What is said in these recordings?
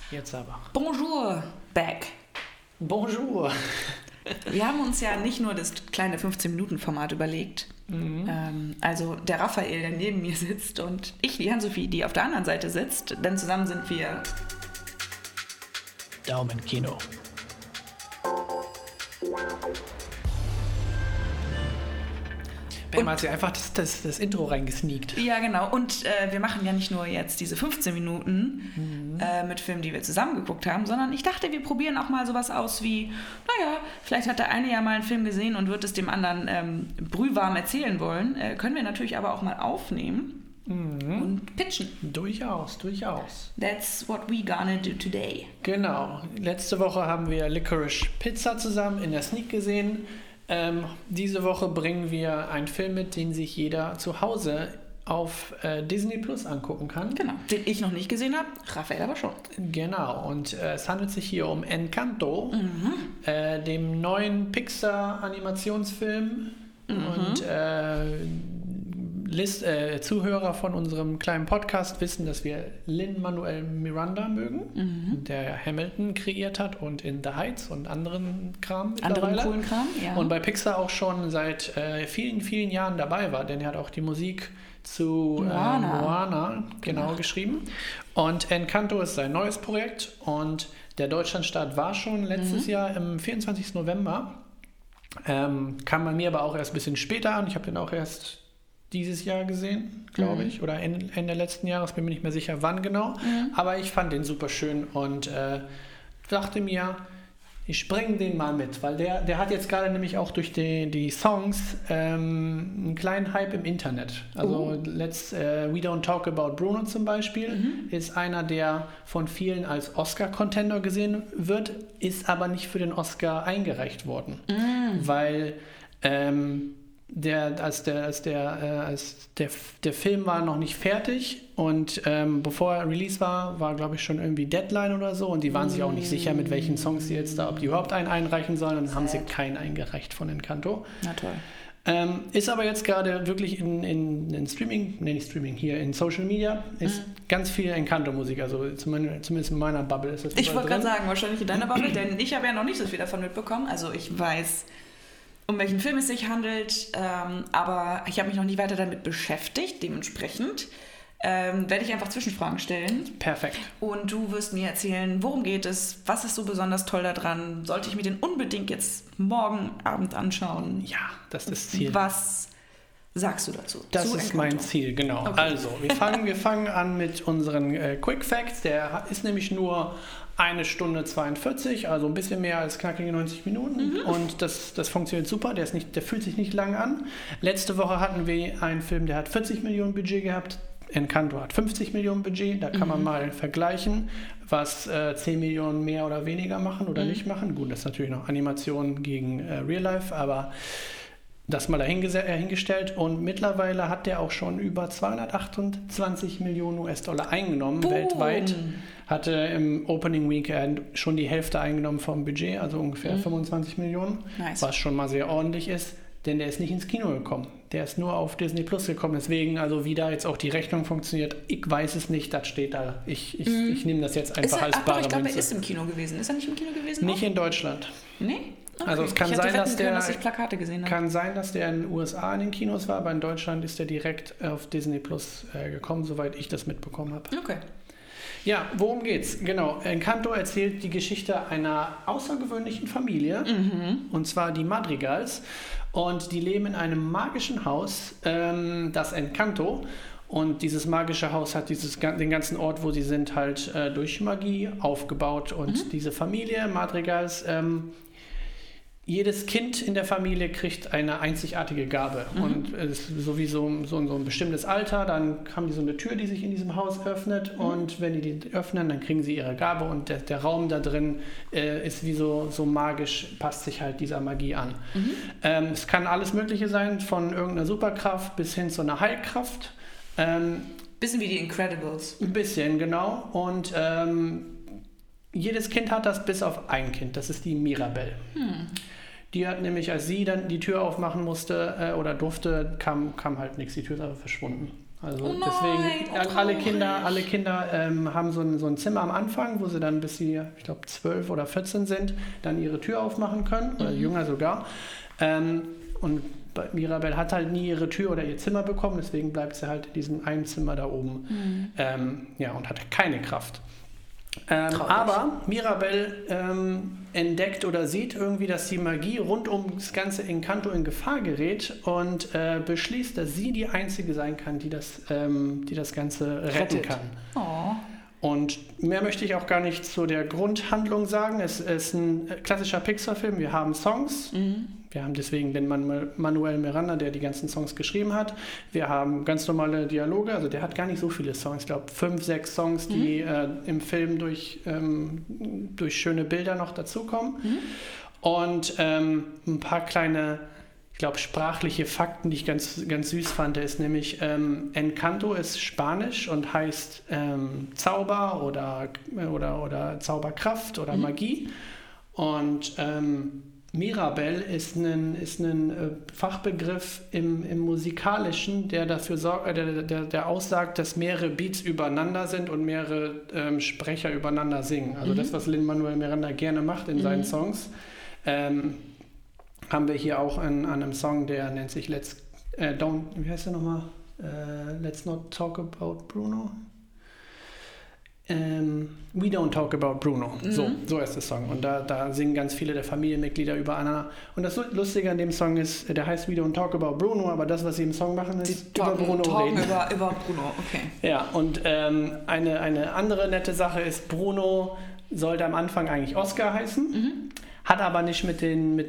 Jetzt aber. Bonjour, back. Bonjour. Wir haben uns ja nicht nur das kleine 15-Minuten-Format überlegt. Also der Raphael, der neben mir sitzt, und ich, die Hann-Sophie, die auf der anderen Seite sitzt. Denn zusammen sind wir Daumenkino. Bam hat sie einfach das Intro reingesneakt. Ja, genau. Und wir machen ja nicht nur jetzt diese 15 Minuten mit Filmen, die wir zusammen geguckt haben, sondern ich dachte, wir probieren auch mal sowas aus wie, naja, vielleicht hat der eine ja mal einen Film gesehen und wird es dem anderen brühwarm erzählen wollen. Können wir natürlich aber auch mal aufnehmen und pitchen. Durchaus. That's what we gonna do today. Genau. Letzte Woche haben wir Licorice Pizza zusammen in der Sneak gesehen. Diese Woche bringen wir einen Film mit, den sich jeder zu Hause auf Disney Plus angucken kann. Genau, den ich noch nicht gesehen habe, Raphael aber schon. Genau, und es handelt sich hier um Encanto, dem neuen Pixar-Animationsfilm. Und Zuhörer von unserem kleinen Podcast wissen, dass wir Lin-Manuel Miranda mögen, der Hamilton kreiert hat und In the Heights und anderen Kram mittlerweile. Anderen coolen Kram, ja. Und bei Pixar auch schon seit vielen, vielen Jahren dabei war, denn er hat auch die Musik zu Moana geschrieben. Und Encanto ist sein neues Projekt und der Deutschlandstart war schon letztes Jahr im 24. November. Kam bei mir aber auch erst ein bisschen später an. Ich habe den auch erst dieses Jahr gesehen, glaube ich, oder Ende letzten Jahres, bin mir nicht mehr sicher, wann genau. Aber ich fand den super schön und dachte mir, ich springe den mal mit, weil der hat jetzt gerade nämlich auch durch die Songs einen kleinen Hype im Internet. Also We Don't Talk About Bruno zum Beispiel ist einer, der von vielen als Oscar-Contender gesehen wird, ist aber nicht für den Oscar eingereicht worden, weil der Film war noch nicht fertig und bevor er Release war glaube ich schon irgendwie Deadline oder so und die waren sich auch nicht sicher, mit welchen Songs sie jetzt da, ob die überhaupt einen einreichen sollen, und dann haben sie keinen eingereicht von Encanto. Na toll. Ist aber jetzt gerade wirklich in Streaming, nicht Streaming, hier in Social Media, ist ganz viel Encanto-Musik, also zumindest in meiner Bubble ist das. Ich wollte gerade sagen, wahrscheinlich in deiner Bubble, denn ich habe ja noch nicht so viel davon mitbekommen, also ich weiß, um welchen Film es sich handelt, aber ich habe mich noch nie weiter damit beschäftigt. Dementsprechend werde ich einfach Zwischenfragen stellen. Perfekt. Und du wirst mir erzählen, worum geht es, was ist so besonders toll daran, sollte ich mir den unbedingt jetzt morgen Abend anschauen? Ja, das ist das Ziel. Was sagst du dazu? Das ist mein Ziel, genau. Okay. Also, wir fangen an mit unseren Quick Facts. Der ist nämlich nur 1 Stunde 42, also ein bisschen mehr als knackige 90 Minuten. Und das funktioniert super, der fühlt sich nicht lang an. Letzte Woche hatten wir einen Film, der hat 40 Millionen Budget gehabt. Encanto hat 50 Millionen Budget. Da kann man mal vergleichen, was 10 Millionen mehr oder weniger machen oder nicht machen. Gut, das ist natürlich noch Animation gegen Real Life, aber das mal dahingestellt. Und mittlerweile hat der auch schon über 228 Millionen US-Dollar eingenommen weltweit. Hatte im Opening Weekend schon die Hälfte eingenommen vom Budget, also ungefähr 25 Millionen, was schon mal sehr ordentlich ist, denn der ist nicht ins Kino gekommen. Der ist nur auf Disney Plus gekommen. Deswegen, also wie da jetzt auch die Rechnung funktioniert, ich weiß es nicht, das steht da. Ich nehme das jetzt einfach als bare Münze. Ich glaube, er ist im Kino gewesen. Ist er nicht im Kino gewesen? Nicht in Deutschland. Nee? Okay. Also es kann sein, dass ich Plakate gesehen habe. Kann sein, dass der in den USA in den Kinos war, aber in Deutschland ist der direkt auf Disney Plus gekommen, soweit ich das mitbekommen habe. Okay. Ja, worum geht's? Genau, Encanto erzählt die Geschichte einer außergewöhnlichen Familie, und zwar die Madrigals. Und die leben in einem magischen Haus, das Encanto. Und dieses magische Haus hat den ganzen Ort, wo sie sind, halt durch Magie aufgebaut. Und diese Familie, Madrigals, jedes Kind in der Familie kriegt eine einzigartige Gabe. Und es ist sowieso so ein bestimmtes Alter, dann haben die so eine Tür, die sich in diesem Haus öffnet. Und wenn die öffnen, dann kriegen sie ihre Gabe. Und der Raum da drin ist wie so magisch, passt sich halt dieser Magie an. Es kann alles Mögliche sein, von irgendeiner Superkraft bis hin zu einer Heilkraft. Bisschen wie die Incredibles. Ein bisschen, genau. Und jedes Kind hat das, bis auf ein Kind. Das ist die Mirabelle. Die hat nämlich, als sie dann die Tür aufmachen musste oder durfte, kam halt nichts. Die Tür ist aber verschwunden. Also deswegen, alle Kinder haben so ein Zimmer am Anfang, wo sie dann bis sie, ich glaube, 12 oder 14 sind, dann ihre Tür aufmachen können, oder jünger sogar. Und Mirabel hat halt nie ihre Tür oder ihr Zimmer bekommen, deswegen bleibt sie halt in diesem einen Zimmer da oben und hat keine Kraft. Aber Mirabel entdeckt oder sieht irgendwie, dass die Magie rund um das ganze Encanto in Gefahr gerät und beschließt, dass sie die Einzige sein kann, die das Ganze retten kann. Oh. Und mehr möchte ich auch gar nicht zu der Grundhandlung sagen. Es ist ein klassischer Pixar-Film. Wir haben Songs. Wir haben deswegen den Manuel Miranda, der die ganzen Songs geschrieben hat. Wir haben ganz normale Dialoge. Also der hat gar nicht so viele Songs. Ich glaube 5, 6 Songs, die im Film durch schöne Bilder noch dazukommen. Und ein paar kleine, ich glaube, sprachliche Fakten, die ich ganz, ganz süß fand, ist nämlich Encanto ist Spanisch und heißt Zauber oder Zauberkraft oder Magie. Und Mirabel ist ein Fachbegriff im Musikalischen, der dafür sorgt, der aussagt, dass mehrere Beats übereinander sind und mehrere Sprecher übereinander singen. Also das, was Lin-Manuel Miranda gerne macht in seinen Songs. Haben wir hier auch an einem Song, der nennt sich Let's Not Talk About Bruno. We Don't Talk About Bruno. So ist der Song. Und da singen ganz viele der Familienmitglieder übereinander. Und das Lustige an dem Song ist, der heißt We Don't Talk About Bruno, aber das, was sie im Song machen, ist über Bruno reden. Über Bruno, okay. Ja, und eine andere nette Sache ist, Bruno sollte am Anfang eigentlich Oscar heißen. Hat aber nicht mit den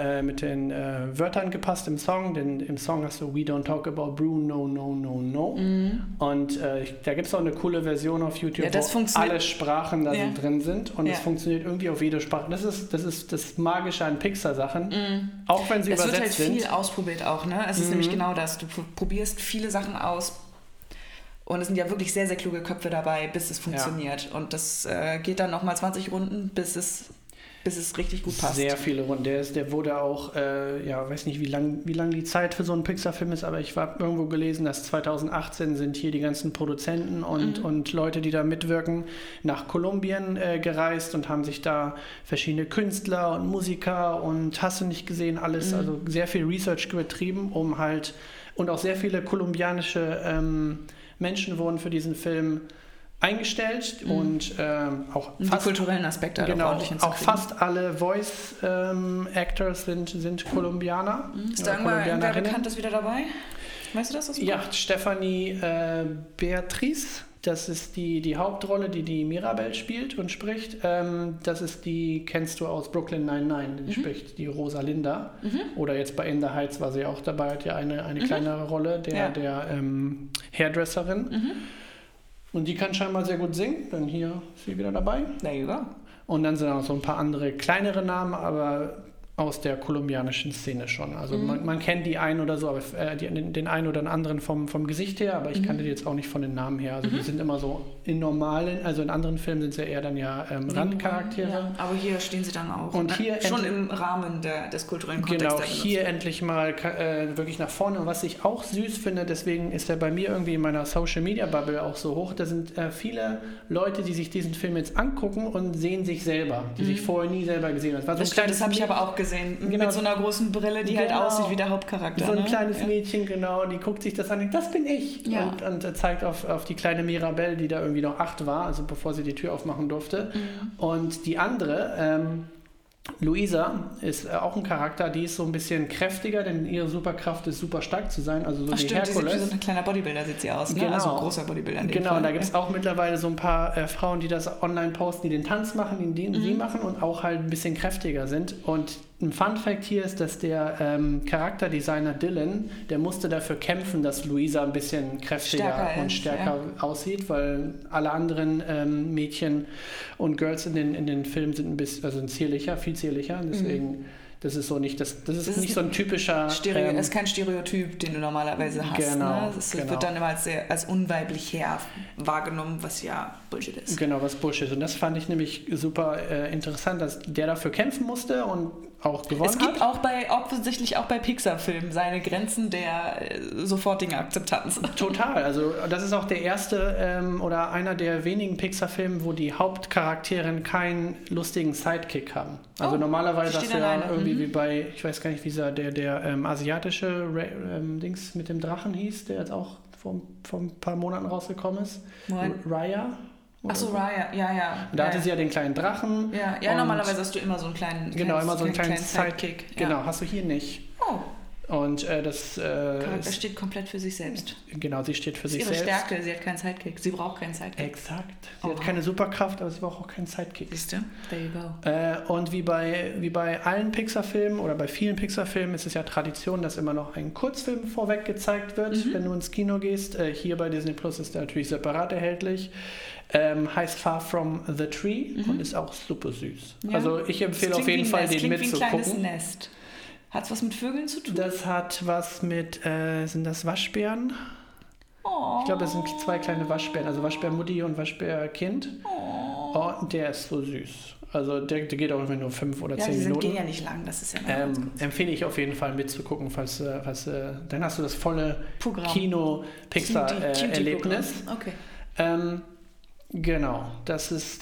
Wörtern gepasst im Song, denn im Song hast du We Don't Talk About Bruno, no. Und da gibt es auch eine coole Version auf YouTube, wo alle Sprachen da drin sind und es funktioniert irgendwie auf jede Sprache. Das ist das Magische an Pixar-Sachen, auch wenn sie übersetzt sind. Es wird halt viel ausprobiert auch, ne? Es ist nämlich genau das, du probierst viele Sachen aus. Und es sind ja wirklich sehr, sehr kluge Köpfe dabei, bis es funktioniert. Und das geht dann nochmal 20 Runden, bis es richtig gut passt. Sehr viele Runden. Der wurde auch, weiß nicht, wie lang die Zeit für so einen Pixar-Film ist, aber ich habe irgendwo gelesen, dass 2018 sind hier die ganzen Produzenten und Leute, die da mitwirken, nach Kolumbien gereist und haben sich da verschiedene Künstler und Musiker und hast du nicht gesehen, alles, also sehr viel Research betrieben, und auch sehr viele kolumbianische Menschen wurden für diesen Film eingestellt und auch die kulturellen Aspekte auch fast alle Voice Actors sind Kolumbianer. Ist da irgendwer Bekanntes wieder dabei? Weißt du das? Ja, Stephanie Beatriz, das ist die Hauptrolle, die Mirabel spielt und spricht. Das ist die, kennst du aus Brooklyn Nine-Nine, die spricht die Rosalinda. Oder jetzt bei In the Heights war sie auch dabei, hat ja eine kleinere Rolle der Hairdresserin. Und die kann scheinbar sehr gut singen, dann hier ist sie wieder dabei. There you go. Und dann sind auch so ein paar andere kleinere Namen, aber aus der kolumbianischen Szene schon. Also man kennt die einen oder so, aber den einen oder anderen vom Gesicht her, aber ich kannte die jetzt auch nicht von den Namen her. Also die sind immer so in anderen Filmen sind sie eher dann Randcharaktere. Ja, aber hier stehen sie dann auch. Und hier schon im Rahmen des kulturellen Kontexts. Genau, hier endlich mal wirklich nach vorne. Und was ich auch süß finde, deswegen ist er bei mir irgendwie in meiner Social-Media-Bubble auch so hoch, da sind viele Leute, die sich diesen Film jetzt angucken und sehen sich selber, die sich vorher nie selber gesehen haben. Das habe ich aber auch gesehen. Genau. Mit so einer großen Brille, die halt aussieht wie der Hauptcharakter. So ein kleines Mädchen, genau, die guckt sich das an und denkt, das bin ich. Ja. Und zeigt auf die kleine Mirabel, die da irgendwie noch 8 war, also bevor sie die Tür aufmachen durfte. Und die andere, Luisa, ist auch ein Charakter, die ist so ein bisschen kräftiger, denn ihre Superkraft ist super stark zu sein, also so wie stimmt, Herkules. Die so ein kleiner Bodybuilder sieht sie aus, ne? Genau. Also ein großer Bodybuilder. Genau, da gibt es auch mittlerweile so ein paar Frauen, die das online posten, die den Tanz machen, den sie machen und auch halt ein bisschen kräftiger sind. Und ein Fun-Fact hier ist, dass der Charakterdesigner Dylan, der musste dafür kämpfen, dass Luisa ein bisschen kräftiger und stärker aussieht, weil alle anderen Mädchen und Girls in den Filmen sind ein bisschen, also zierlicher, viel zierlicher. Deswegen, das ist so nicht, das ist nicht so ein typischer... Es ist kein Stereotyp, den du normalerweise hast. Genau, ne? Das wird dann immer als unweiblich wahrgenommen, was ja Bullshit ist. Genau, was Bullshit ist. Und das fand ich nämlich super interessant, dass der dafür kämpfen musste und auch gewonnen hat. Es gibt offensichtlich auch bei Pixar-Filmen seine Grenzen der sofortigen Akzeptanz. Total, also das ist auch der erste oder einer der wenigen Pixar-Filme, wo die Hauptcharaktere keinen lustigen Sidekick haben. Also normalerweise hast du ja irgendwie wie bei, ich weiß gar nicht, wie der asiatische Dings mit dem Drachen hieß, der jetzt auch vor ein paar Monaten rausgekommen ist. Raya. Achso, Raya, ja. Da hatte sie ja den kleinen Drachen. Ja, normalerweise hast du immer so einen kleinen Sidekick. Genau, hast du hier nicht. Oh. Und das Charakter steht komplett für sich selbst. Genau, sie steht für sich selbst. Ihre Stärke, sie hat keinen Sidekick. Sie braucht keinen Sidekick. Exakt. Sie hat keine Superkraft, aber sie braucht auch keinen Sidekick. Siehst du? There you go. Und wie bei allen Pixar-Filmen oder bei vielen Pixar-Filmen ist es ja Tradition, dass immer noch ein Kurzfilm vorweg gezeigt wird, wenn du ins Kino gehst. Hier bei Disney Plus ist der natürlich separat erhältlich. Heißt Far From The Tree und ist auch super süß. Ja. Also ich empfehle auf jeden Fall, den mitzugucken. Wie ein kleines Nest. Hat es was mit Vögeln zu tun? Das hat was mit, sind das Waschbären? Oh. Ich glaube, das sind 2 kleine Waschbären, also Waschbärmutti und Waschbärkind. Oh, und der ist so süß. Also der geht auch immer nur 5 oder 10 Minuten. Die gehen ja nicht lang, das ist ja empfehle ich auf jeden Fall mitzugucken, falls dann hast du das volle Programm. Kino-Pixar-Erlebnis. Okay. Genau, das ist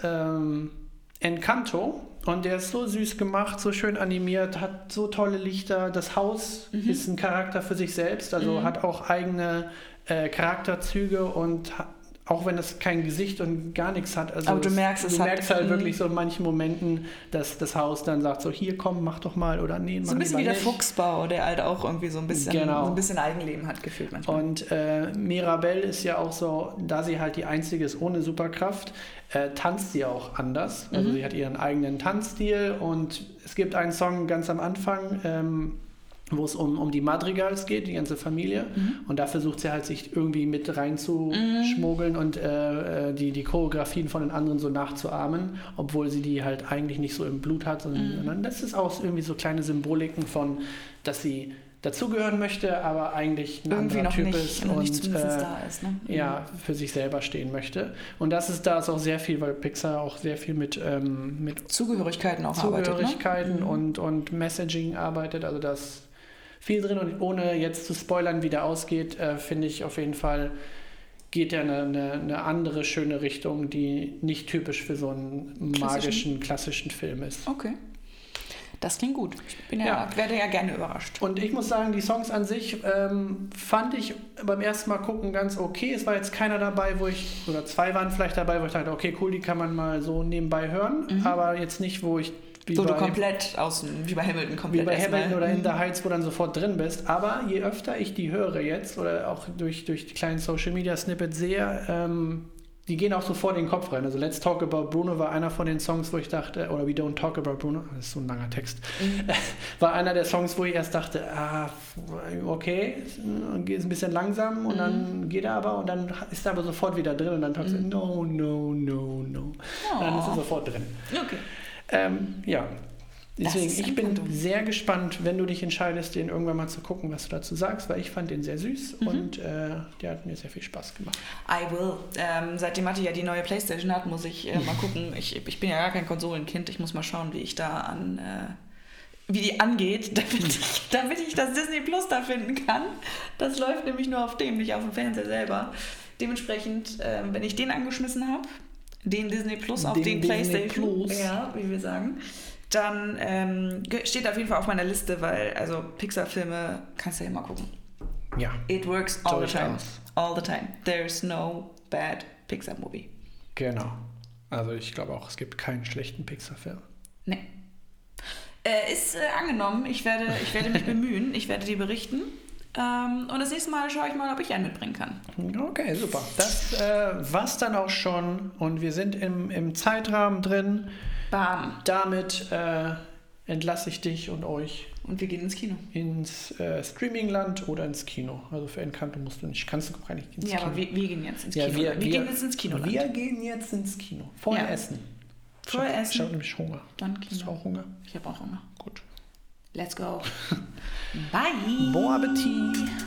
Encanto. Und der ist so süß gemacht, so schön animiert, hat so tolle Lichter. Das Haus ist ein Charakter für sich selbst, also hat auch eigene Charakterzüge und auch wenn es kein Gesicht und gar nichts hat. Also aber du merkst halt wirklich so in manchen Momenten, dass das Haus dann sagt so, hier komm, mach doch mal oder nee, mach so ein bisschen wie der nicht. Fuchsbau, der halt auch irgendwie so ein bisschen Eigenleben hat gefühlt manchmal. Und Mirabelle ist ja auch so, da sie halt die einzige ist ohne Superkraft, tanzt sie auch anders. Also sie hat ihren eigenen Tanzstil und es gibt einen Song ganz am Anfang, wo es um die Madrigals geht, die ganze Familie. Und da versucht sie halt, sich irgendwie mit reinzuschmuggeln und die Choreografien von den anderen so nachzuahmen, obwohl sie die halt eigentlich nicht so im Blut hat, sondern das ist auch irgendwie so kleine Symboliken von, dass sie dazugehören möchte, aber eigentlich ein irgendwie anderer Typ nicht, ist und da ist, ne? Ja, für sich selber stehen möchte. Und da ist auch sehr viel, weil Pixar auch sehr viel mit Zugehörigkeiten auch arbeitet, ne? und und Messaging arbeitet, also das viel drin und ohne jetzt zu spoilern, wie der ausgeht, finde ich auf jeden Fall, geht er eine andere schöne Richtung, die nicht typisch für so einen magischen, klassischen Film ist. Okay. Das klingt gut. Ich werde ja gerne überrascht. Und ich muss sagen, die Songs an sich fand ich beim ersten Mal gucken ganz okay. Es war jetzt keiner dabei, oder 2 waren vielleicht dabei, wo ich dachte, okay, cool, die kann man mal so nebenbei hören, aber jetzt nicht, wo ich wie bei Hamilton komplett. Wie bei Hamilton oder In the Heights, wo dann sofort drin bist. Aber je öfter ich die höre jetzt oder auch durch die kleinen Social Media Snippets sehe, die gehen auch sofort in den Kopf rein. Also Let's Talk About Bruno war einer von den Songs, wo ich dachte, oder We Don't Talk About Bruno, das ist so ein langer Text, war einer der Songs, wo ich erst dachte, okay, ist ein bisschen langsam und dann geht er aber und dann ist er aber sofort wieder drin und dann sagst du, no. Und dann ist er sofort drin. Okay. Ja, deswegen, ich bin sehr gespannt, wenn du dich entscheidest, den irgendwann mal zu gucken, was du dazu sagst, weil ich fand den sehr süß und der hat mir sehr viel Spaß gemacht. I will. Seitdem Matti ja die neue Playstation hat, muss ich mal gucken. Ich bin ja gar kein Konsolenkind, ich muss mal schauen, wie die angeht, damit ich das Disney Plus da finden kann. Das läuft nämlich nur auf dem, nicht auf dem Fernseher selber. Dementsprechend, wenn ich den angeschmissen habe, den Disney Plus auf den PlayStation, ja, wie wir sagen, dann steht auf jeden Fall auf meiner Liste, weil also Pixar-Filme kannst du ja immer gucken. Ja. It works all the time. All the time. There's no bad Pixar-Movie. Genau. Also ich glaube auch, es gibt keinen schlechten Pixar-Film. Nee. Ist angenommen. Ich werde mich bemühen. Ich werde dir berichten. Und das nächste Mal schaue ich mal, ob ich einen mitbringen kann. Okay, super. Das war's dann auch schon. Und wir sind im Zeitrahmen drin. Bam. Damit entlasse ich dich und euch. Und wir gehen ins Kino. Ins Streamingland oder ins Kino. Also für Encanto kannst du gar nicht ins Kino. Ja, aber wir gehen jetzt ins Kino. Ja, wir gehen jetzt ins Kino. Wir gehen jetzt ins Kino. Vorher essen. Vorher essen. Ich habe nämlich Hunger. Dann Kino. Hast du auch Hunger? Ich habe auch Hunger. Gut. Let's go. Bye. Bon Appetit.